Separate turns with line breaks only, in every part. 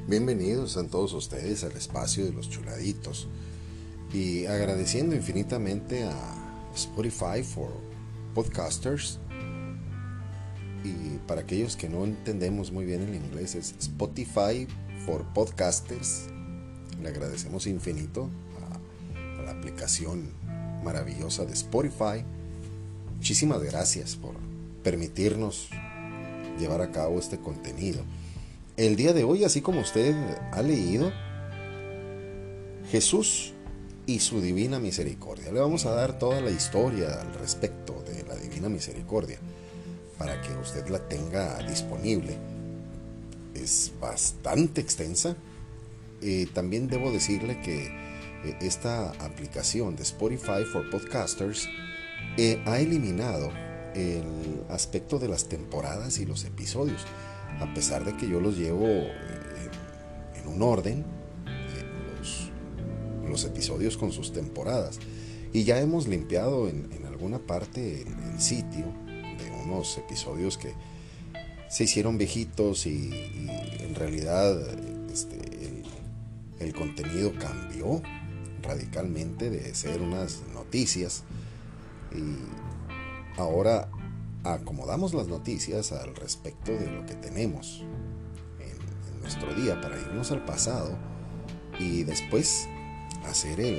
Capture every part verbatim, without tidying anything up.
Bienvenidos a todos ustedes al espacio de los chuladitos y agradeciendo infinitamente a Spotify for Podcasters, y para aquellos que no entendemos muy bien el inglés es Spotify for Podcasters. Le agradecemos infinito a, a la aplicación maravillosa de Spotify. Muchísimas gracias por permitirnos llevar a cabo este contenido. El día de hoy, así como usted ha leído, Jesús y su divina misericordia. Le vamos a dar toda la historia al respecto de la divina misericordia para que usted la tenga disponible. Es bastante extensa. Eh, también debo decirle que eh, esta aplicación de Spotify for Podcasters eh, ha eliminado el aspecto de las temporadas y los episodios. A pesar de que yo los llevo en, en un orden, eh, los, los episodios con sus temporadas. Y ya hemos limpiado en, en alguna parte el, el sitio de unos episodios que se hicieron viejitos y, y en realidad este, el, el contenido cambió radicalmente de ser unas noticias. Y ahora acomodamos las noticias al respecto de lo que tenemos en, en nuestro día para irnos al pasado y después hacer el,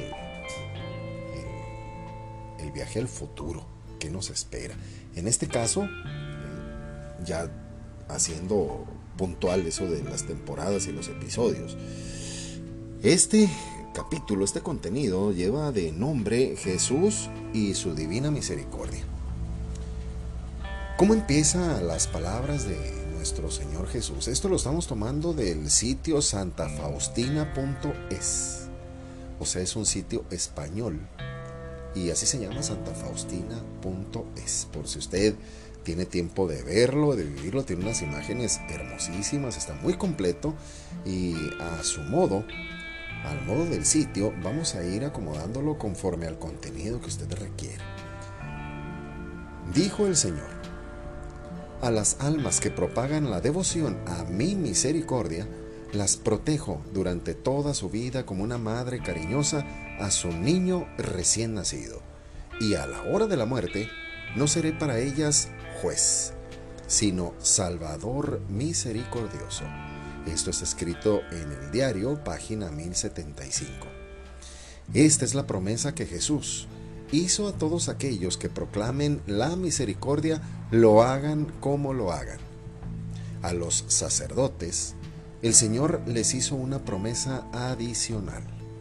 el, el viaje al futuro que nos espera. En este caso, eh, ya haciendo puntual eso de las temporadas y los episodios, este capítulo, este contenido lleva de nombre Jesús y su divina misericordia. ¿Cómo empiezan las palabras de nuestro Señor Jesús? Esto lo estamos tomando del sitio santa faustina punto es. O sea, es un sitio español. Y así se llama, santa faustina punto es. Por si usted tiene tiempo de verlo, de vivirlo, tiene unas imágenes hermosísimas, está muy completo. Y a su modo, al modo del sitio, vamos a ir acomodándolo conforme al contenido que usted requiere. Dijo el Señor: a las almas que propagan la devoción a mi misericordia, las protejo durante toda su vida como una madre cariñosa a su niño recién nacido. Y a la hora de la muerte, no seré para ellas juez, sino salvador misericordioso. Esto está escrito en el diario, página mil setenta y cinco. Esta es la promesa que Jesús hizo a todos aquellos que proclamen la misericordia, lo hagan como lo hagan. A los sacerdotes, el Señor les hizo una promesa adicional.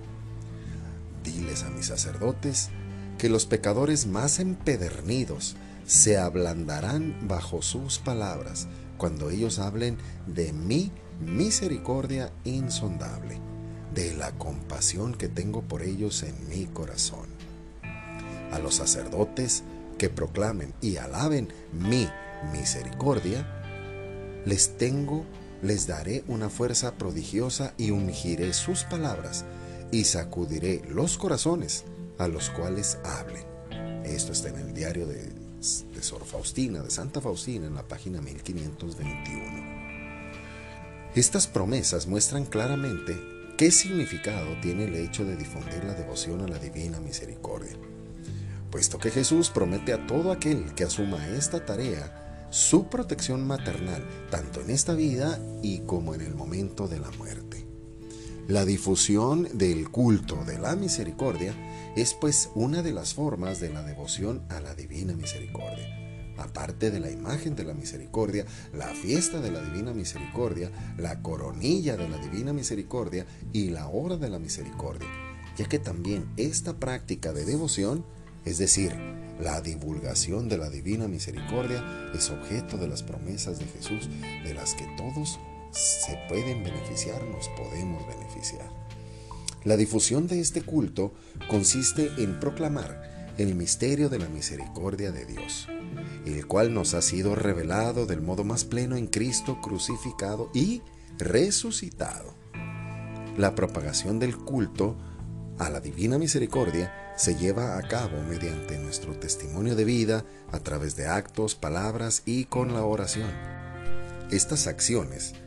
Diles a mis sacerdotes que los pecadores más empedernidos se ablandarán bajo sus palabras cuando ellos hablen de mi misericordia insondable, de la compasión que tengo por ellos en mi corazón. A los sacerdotes que proclamen y alaben mi misericordia, les tengo, les daré una fuerza prodigiosa y ungiré sus palabras y sacudiré los corazones a los cuales hablen. Esto está en el diario de, de Sor Faustina, de Santa Faustina, en la página mil quinientos veintiuno. Estas promesas muestran claramente qué significado tiene el hecho de difundir la devoción a la divina misericordia, puesto que Jesús promete a todo aquel que asuma esta tarea su protección maternal, tanto en esta vida y como en el momento de la muerte. La difusión del culto de la misericordia es pues una de las formas de la devoción a la divina misericordia. Aparte de la imagen de la misericordia, la fiesta de la divina misericordia, la coronilla de la divina misericordia y la hora de la misericordia, ya que también esta práctica de devoción, es decir, la divulgación de la divina misericordia, es objeto de las promesas de Jesús, de las que todos se pueden beneficiar, nos podemos beneficiar. La difusión de este culto consiste en proclamar el misterio de la misericordia de Dios, el cual nos ha sido revelado del modo más pleno en Cristo crucificado y resucitado. La propagación del culto a la divina misericordia se lleva a cabo mediante nuestro testimonio de vida, a través de actos, palabras y con la oración. Estas acciones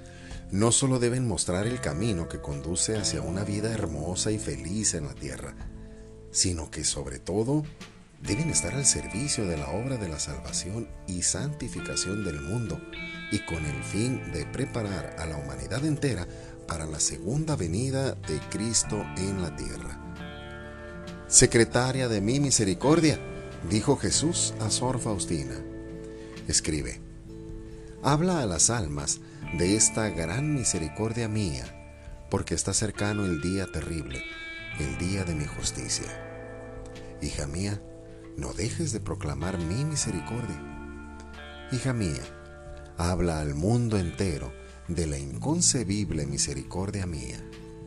no solo deben mostrar el camino que conduce hacia una vida hermosa y feliz en la tierra, sino que sobre todo deben estar al servicio de la obra de la salvación y santificación del mundo, y con el fin de preparar a la humanidad entera para la segunda venida de Cristo en la tierra. Secretaria de mi misericordia, dijo Jesús a Sor Faustina, escribe: habla a las almas de esta gran misericordia mía, porque está cercano el día terrible, el día de mi justicia. Hija mía, no dejes de proclamar mi misericordia. Hija mía, habla al mundo entero de la inconcebible misericordia mía.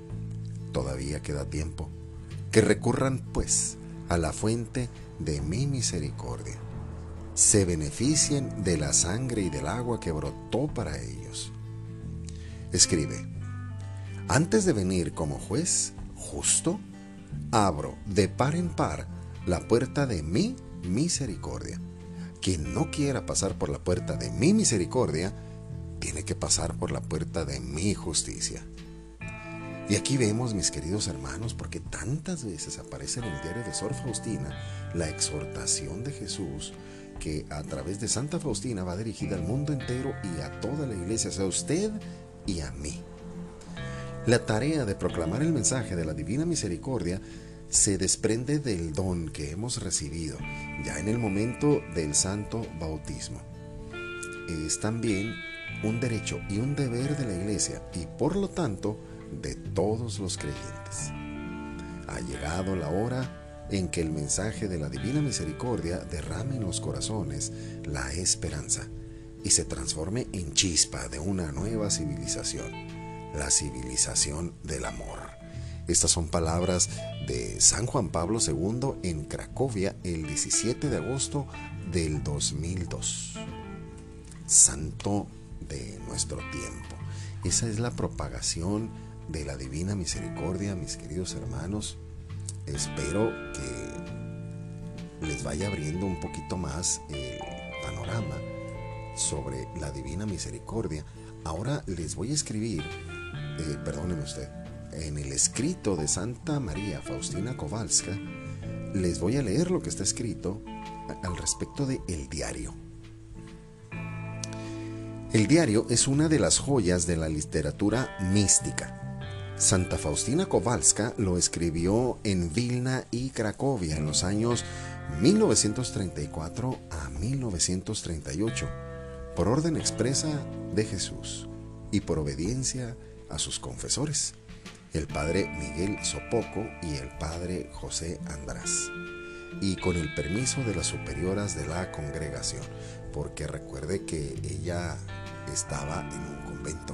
Todavía queda tiempo. Que recurran, pues, a la fuente de mi misericordia. Se beneficien de la sangre y del agua que brotó para ellos. Escribe: antes de venir como juez justo, abro de par en par la puerta de mi misericordia. Quien no quiera pasar por la puerta de mi misericordia, tiene que pasar por la puerta de mi justicia. Y aquí vemos, mis queridos hermanos, porque tantas veces aparece en el diario de Sor Faustina la exhortación de Jesús, que a través de Santa Faustina va dirigida al mundo entero y a toda la iglesia, o sea, a usted y a mí. La tarea de proclamar el mensaje de la divina misericordia se desprende del don que hemos recibido ya en el momento del santo bautismo. Es también un derecho y un deber de la iglesia y por lo tanto de todos los creyentes. Ha llegado la hora en que el mensaje de la divina misericordia derrame en los corazones la esperanza y se transforme en chispa de una nueva civilización, la civilización del amor. Estas son palabras de San Juan Pablo segundo en Cracovia el diecisiete de agosto del dos mil dos. Santo de nuestro tiempo. Esa es la propagación de la divina misericordia, mis queridos hermanos. Espero que les vaya abriendo un poquito más el panorama sobre la divina misericordia. Ahora les voy a escribir, eh, perdóneme usted, en el escrito de Santa María Faustina Kowalska, les voy a leer lo que está escrito al respecto de el diario. El diario es una de las joyas de la literatura mística. Santa Faustina Kowalska lo escribió en Vilna y Cracovia en los años mil novecientos treinta y cuatro a mil novecientos treinta y ocho, por orden expresa de Jesús y por obediencia a sus confesores, el padre Miguel Sopoco y el padre José András, y con el permiso de las superioras de la congregación, porque recuerde que ella estaba en un convento.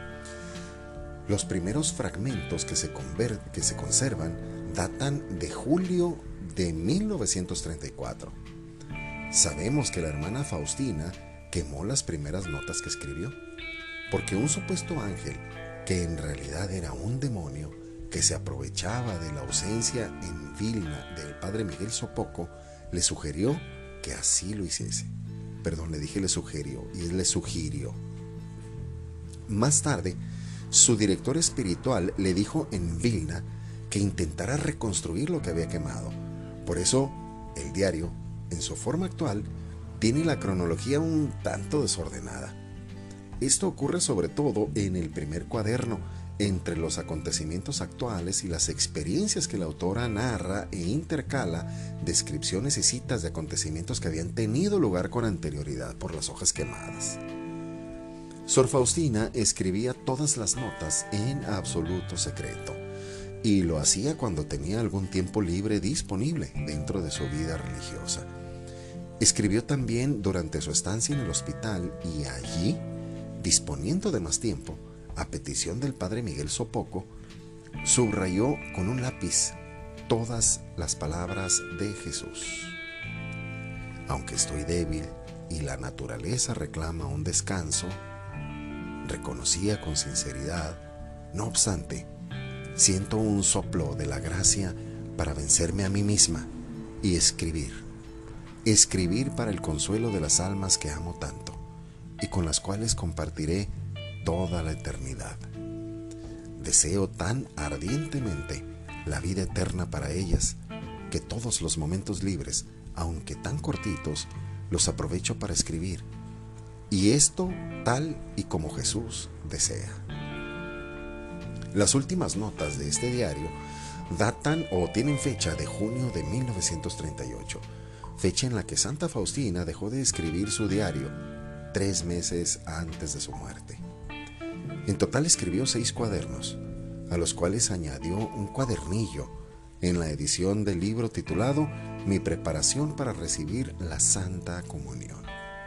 Los primeros fragmentos que se, conver- que se conservan datan de julio de mil novecientos treinta y cuatro. Sabemos que la hermana Faustina quemó las primeras notas que escribió, porque un supuesto ángel, que en realidad era un demonio, que se aprovechaba de la ausencia en Vilna del padre Miguel Sopoco, le sugirió que así lo hiciese. Perdón, le dije le sugirió, y él le sugirió. Más tarde, su director espiritual le dijo en Vilna que intentara reconstruir lo que había quemado. Por eso, el diario, en su forma actual, tiene la cronología un tanto desordenada. Esto ocurre sobre todo en el primer cuaderno, entre los acontecimientos actuales y las experiencias que la autora narra e intercala descripciones y citas de acontecimientos que habían tenido lugar con anterioridad por las hojas quemadas. Sor Faustina escribía todas las notas en absoluto secreto, y lo hacía cuando tenía algún tiempo libre disponible dentro de su vida religiosa. Escribió también durante su estancia en el hospital y allí, disponiendo de más tiempo, a petición del padre Miguel Sopoco, subrayó con un lápiz todas las palabras de Jesús. Aunque estoy débil y la naturaleza reclama un descanso, reconocía con sinceridad, no obstante, siento un soplo de la gracia para vencerme a mí misma y escribir, escribir para el consuelo de las almas que amo tanto y con las cuales compartiré toda la eternidad. Deseo tan ardientemente la vida eterna para ellas que todos los momentos libres, aunque tan cortitos, los aprovecho para escribir. Y esto tal y como Jesús desea. Las últimas notas de este diario datan o tienen fecha de junio de mil novecientos treinta y ocho, fecha en la que Santa Faustina dejó de escribir su diario tres meses antes de su muerte. En total escribió seis cuadernos, a los cuales añadió un cuadernillo en la edición del libro titulado Mi preparación para recibir la Santa Comunión.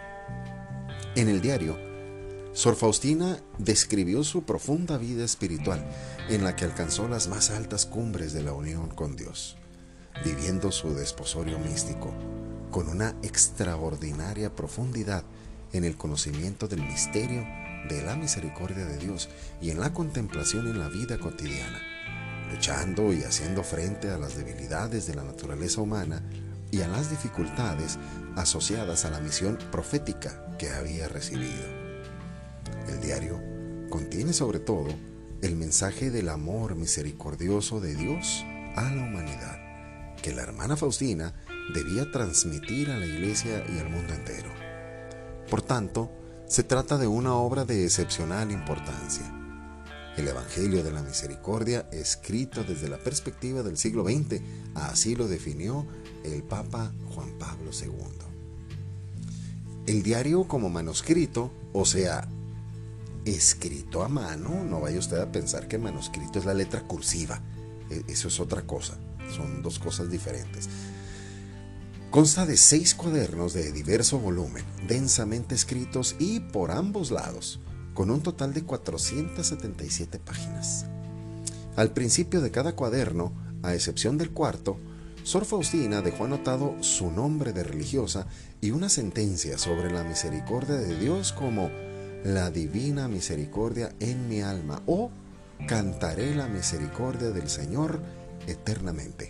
En el diario, Sor Faustina describió su profunda vida espiritual, en la que alcanzó las más altas cumbres de la unión con Dios, viviendo su desposorio místico, con una extraordinaria profundidad en el conocimiento del misterio de la misericordia de Dios y en la contemplación en la vida cotidiana, luchando y haciendo frente a las debilidades de la naturaleza humana y a las dificultades asociadas a la misión profética que había recibido. El diario contiene sobre todo el mensaje del amor misericordioso de Dios a la humanidad, que la hermana Faustina debía transmitir a la Iglesia y al mundo entero. Por tanto, se trata de una obra de excepcional importancia. El Evangelio de la Misericordia, escrito desde la perspectiva del siglo veinte, así lo definió el Papa Juan Pablo segundo. El diario como manuscrito, o sea, escrito a mano, no vaya usted a pensar que manuscrito es la letra cursiva, eso es otra cosa, son dos cosas diferentes. Consta de seis cuadernos de diverso volumen, densamente escritos y por ambos lados, con un total de cuatrocientas setenta y siete páginas. Al principio de cada cuaderno, a excepción del cuarto, Sor Faustina dejó anotado su nombre de religiosa y una sentencia sobre la misericordia de Dios como la divina misericordia en mi alma o cantaré la misericordia del Señor eternamente.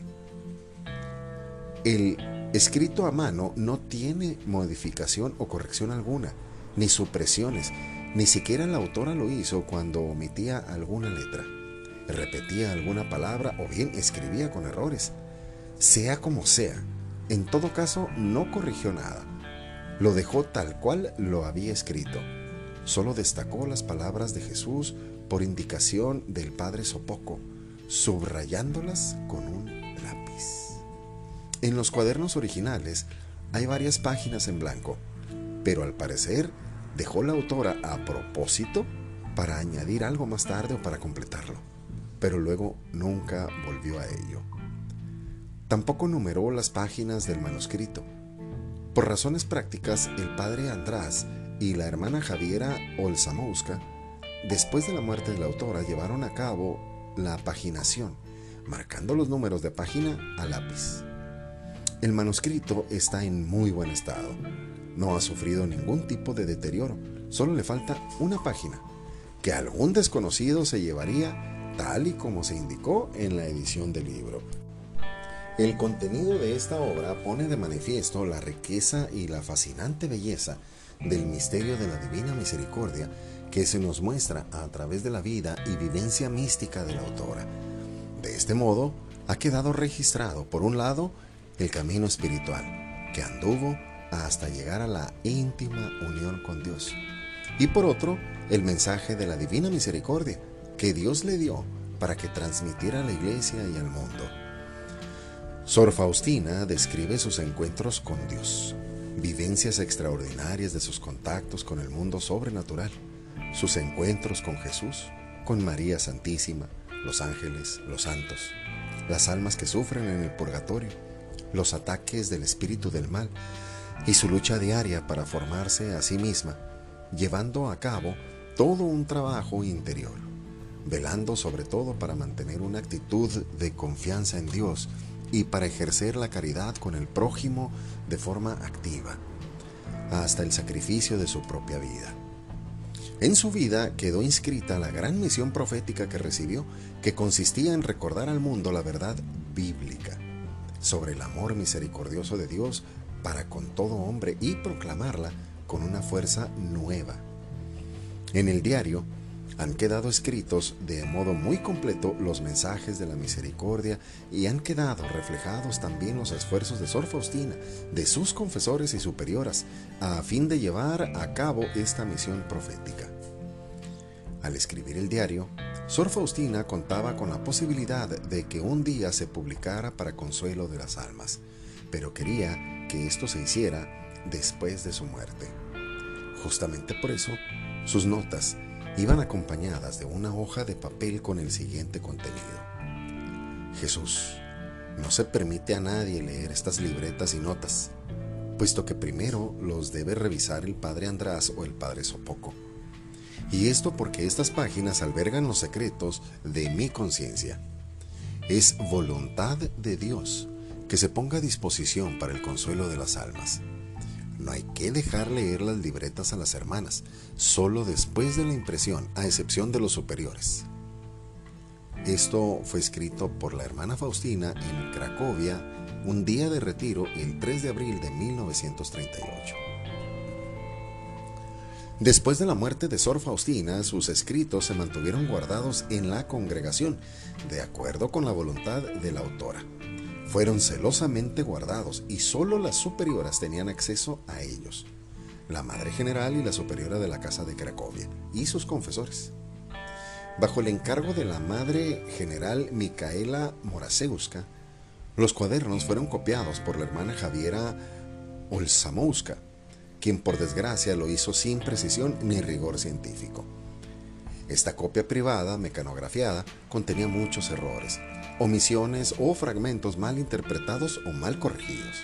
El escrito a mano no tiene modificación o corrección alguna, ni supresiones, ni siquiera la autora lo hizo cuando omitía alguna letra, repetía alguna palabra o bien escribía con errores. Sea como sea, en todo caso no corrigió nada, lo dejó tal cual lo había escrito. Solo destacó las palabras de Jesús por indicación del Padre Sopoco, subrayándolas con un lápiz. En los cuadernos originales hay varias páginas en blanco, pero al parecer dejó la autora a propósito para añadir algo más tarde o para completarlo, pero luego nunca volvió a ello. Tampoco numeró las páginas del manuscrito. Por razones prácticas, el padre András y la hermana Javiera Olzamouska, después de la muerte de la autora, llevaron a cabo la paginación, marcando los números de página a lápiz. El manuscrito está en muy buen estado. No ha sufrido ningún tipo de deterioro, solo le falta una página, que algún desconocido se llevaría tal y como se indicó en la edición del libro. El contenido de esta obra pone de manifiesto la riqueza y la fascinante belleza del misterio de la Divina Misericordia que se nos muestra a través de la vida y vivencia mística de la autora. De este modo, ha quedado registrado, por un lado, el camino espiritual que anduvo hasta llegar a la íntima unión con Dios, y por otro, el mensaje de la Divina Misericordia que Dios le dio para que transmitiera a la Iglesia y al mundo. Sor Faustina describe sus encuentros con Dios, vivencias extraordinarias de sus contactos con el mundo sobrenatural, sus encuentros con Jesús, con María Santísima, los ángeles, los santos, las almas que sufren en el purgatorio, los ataques del espíritu del mal y su lucha diaria para formarse a sí misma, llevando a cabo todo un trabajo interior, velando sobre todo para mantener una actitud de confianza en Dios y para ejercer la caridad con el prójimo de forma activa, hasta el sacrificio de su propia vida. En su vida quedó inscrita la gran misión profética que recibió, que consistía en recordar al mundo la verdad bíblica sobre el amor misericordioso de Dios para con todo hombre y proclamarla con una fuerza nueva. En el diario Han quedado escritos de modo muy completo los mensajes de la misericordia y han quedado reflejados también los esfuerzos de Sor Faustina, de sus confesores y superioras, a fin de llevar a cabo esta misión profética. Al escribir el diario, Sor Faustina contaba con la posibilidad de que un día se publicara para consuelo de las almas, pero quería que esto se hiciera después de su muerte. Justamente por eso, sus notas iban acompañadas de una hoja de papel con el siguiente contenido: Jesús no se permite a nadie leer estas libretas y notas, puesto que primero los debe revisar el padre András o el padre Sopoco. Y esto porque estas páginas albergan los secretos de mi conciencia. Es voluntad de Dios que se ponga a disposición para el consuelo de las almas. No hay que dejar leer las libretas a las hermanas, solo después de la impresión, a excepción de los superiores. Esto fue escrito por la hermana Faustina en Cracovia, un día de retiro el tres de abril de mil novecientos treinta y ocho. Después de la muerte de Sor Faustina, sus escritos se mantuvieron guardados en la congregación, de acuerdo con la voluntad de la autora. Fueron celosamente guardados y solo las superioras tenían acceso a ellos: la Madre General y la superiora de la Casa de Cracovia, y sus confesores. Bajo el encargo de la Madre General Micaela Moraszewska, los cuadernos fueron copiados por la hermana Javiera Olszamowska, quien por desgracia lo hizo sin precisión ni rigor científico. Esta copia privada, mecanografiada, contenía muchos errores, omisiones o fragmentos mal interpretados o mal corregidos.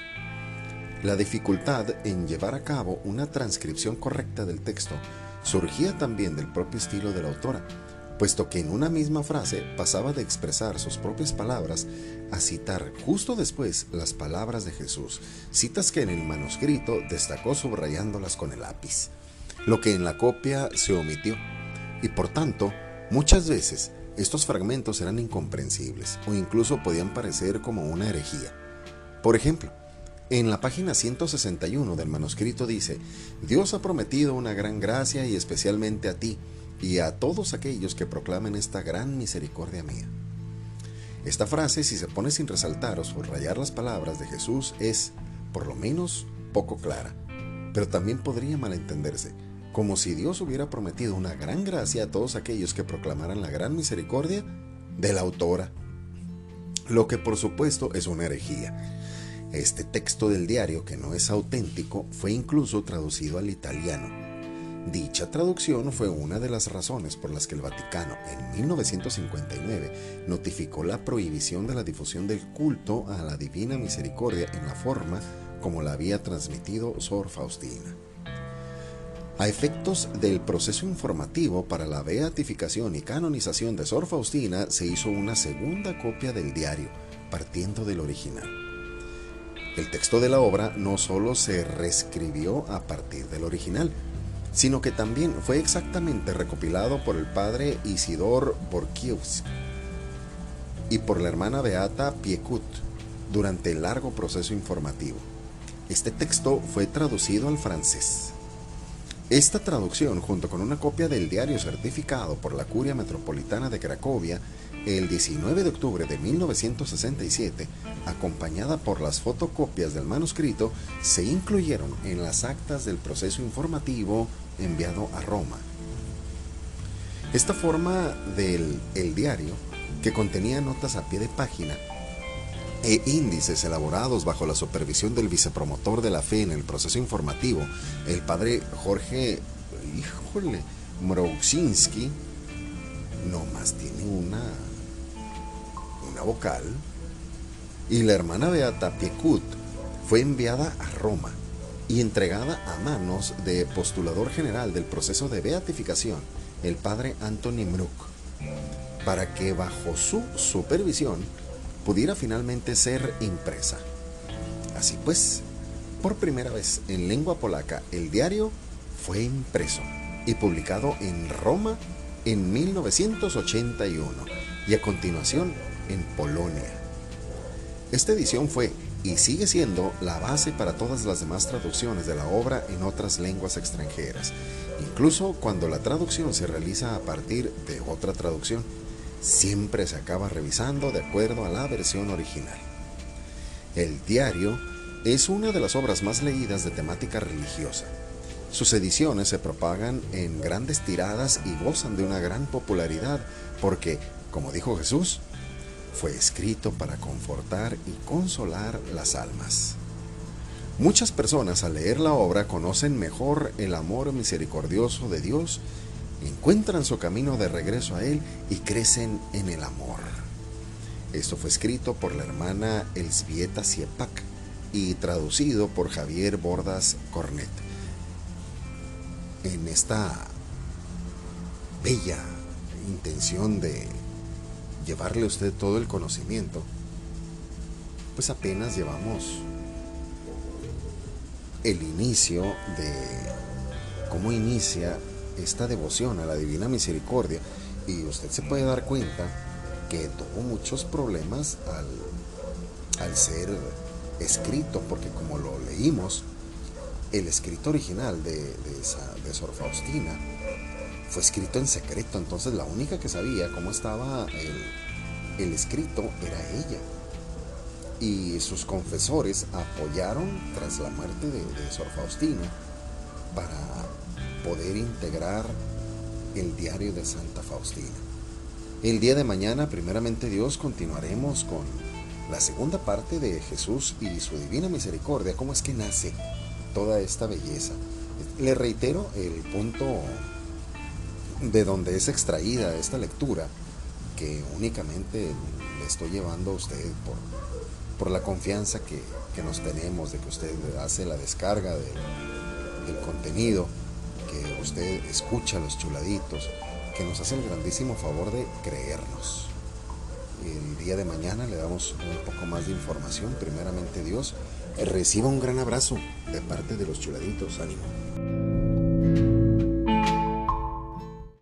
La dificultad en llevar a cabo una transcripción correcta del texto surgía también del propio estilo de la autora, puesto que en una misma frase pasaba de expresar sus propias palabras a citar justo después las palabras de Jesús, citas que en el manuscrito destacó subrayándolas con el lápiz, lo que en la copia se omitió, y por tanto, muchas veces estos fragmentos eran incomprensibles o incluso podían parecer como una herejía. Por ejemplo, en la página ciento sesenta y uno del manuscrito dice: Dios ha prometido una gran gracia y especialmente a ti y a todos aquellos que proclamen esta gran misericordia mía. Esta frase, si se pone sin resaltar o subrayar las palabras de Jesús, es, por lo menos, poco clara, pero también podría malentenderse, como si Dios hubiera prometido una gran gracia a todos aquellos que proclamaran la gran misericordia de la autora, lo que por supuesto es una herejía. Este texto del diario, que no es auténtico, fue incluso traducido al italiano. Dicha traducción fue una de las razones por las que el Vaticano, en mil novecientos cincuenta y nueve, notificó la prohibición de la difusión del culto a la Divina Misericordia en la forma como la había transmitido Sor Faustina. A efectos del proceso informativo para la beatificación y canonización de Sor Faustina, se hizo una segunda copia del diario, partiendo del original. El texto de la obra no solo se reescribió a partir del original, sino que también fue exactamente recopilado por el padre Isidor Borkiewicz y por la hermana Beata Piekut durante el largo proceso informativo. Este texto fue traducido al francés. Esta traducción, junto con una copia del diario certificado por la Curia Metropolitana de Cracovia, el diecinueve de octubre de mil novecientos sesenta y siete, acompañada por las fotocopias del manuscrito, se incluyeron en las actas del proceso informativo enviado a Roma. Esta forma del el diario, que contenía notas a pie de página e índices elaborados bajo la supervisión del vicepromotor de la fe en el proceso informativo, el padre Jorge híjole, Mrowczynski, no más tiene una, una vocal, y la hermana Beata Piekut, fue enviada a Roma y entregada a manos de postulador general del proceso de beatificación, el padre Antoni Mruk, para que bajo su supervisión pudiera finalmente ser impresa. Así pues, por primera vez en lengua polaca, el diario fue impreso y publicado en Roma en mil novecientos ochenta y uno y a continuación en Polonia. Esta edición fue y sigue siendo la base para todas las demás traducciones de la obra en otras lenguas extranjeras, incluso cuando la traducción se realiza a partir de otra traducción. Siempre se acaba revisando de acuerdo a la versión original. El diario es una de las obras más leídas de temática religiosa. Sus ediciones se propagan en grandes tiradas y gozan de una gran popularidad porque, como dijo Jesús, fue escrito para confortar y consolar las almas. Muchas personas al leer la obra conocen mejor el amor misericordioso de Dios, encuentran su camino de regreso a Él y crecen en el amor. Esto fue escrito por la hermana Elzbieta Siepak y traducido por Javier Bordas Cornet. En esta bella intención de llevarle a usted todo el conocimiento, pues apenas llevamos el inicio de cómo inicia esta devoción a la Divina Misericordia, y usted se puede dar cuenta que tuvo muchos problemas al, al ser escrito, porque como lo leímos, el escrito original de, de, esa, de Sor Faustina fue escrito en secreto, entonces la única que sabía cómo estaba el, el escrito era ella, y sus confesores apoyaron tras la muerte de, de Sor Faustina para poder integrar el diario de Santa Faustina. El día de mañana, primeramente Dios, continuaremos con la segunda parte de Jesús y su divina misericordia, cómo es que nace toda esta belleza. Le reitero el punto de donde es extraída esta lectura, que únicamente le estoy llevando a usted por, por la confianza que, que nos tenemos de que usted hace la descarga del, del contenido, que usted escucha los chuladitos, que nos hace el grandísimo favor de creernos. El día de mañana le damos un poco más de información, primeramente Dios. Reciba un gran abrazo de parte de los chuladitos. Ánimo.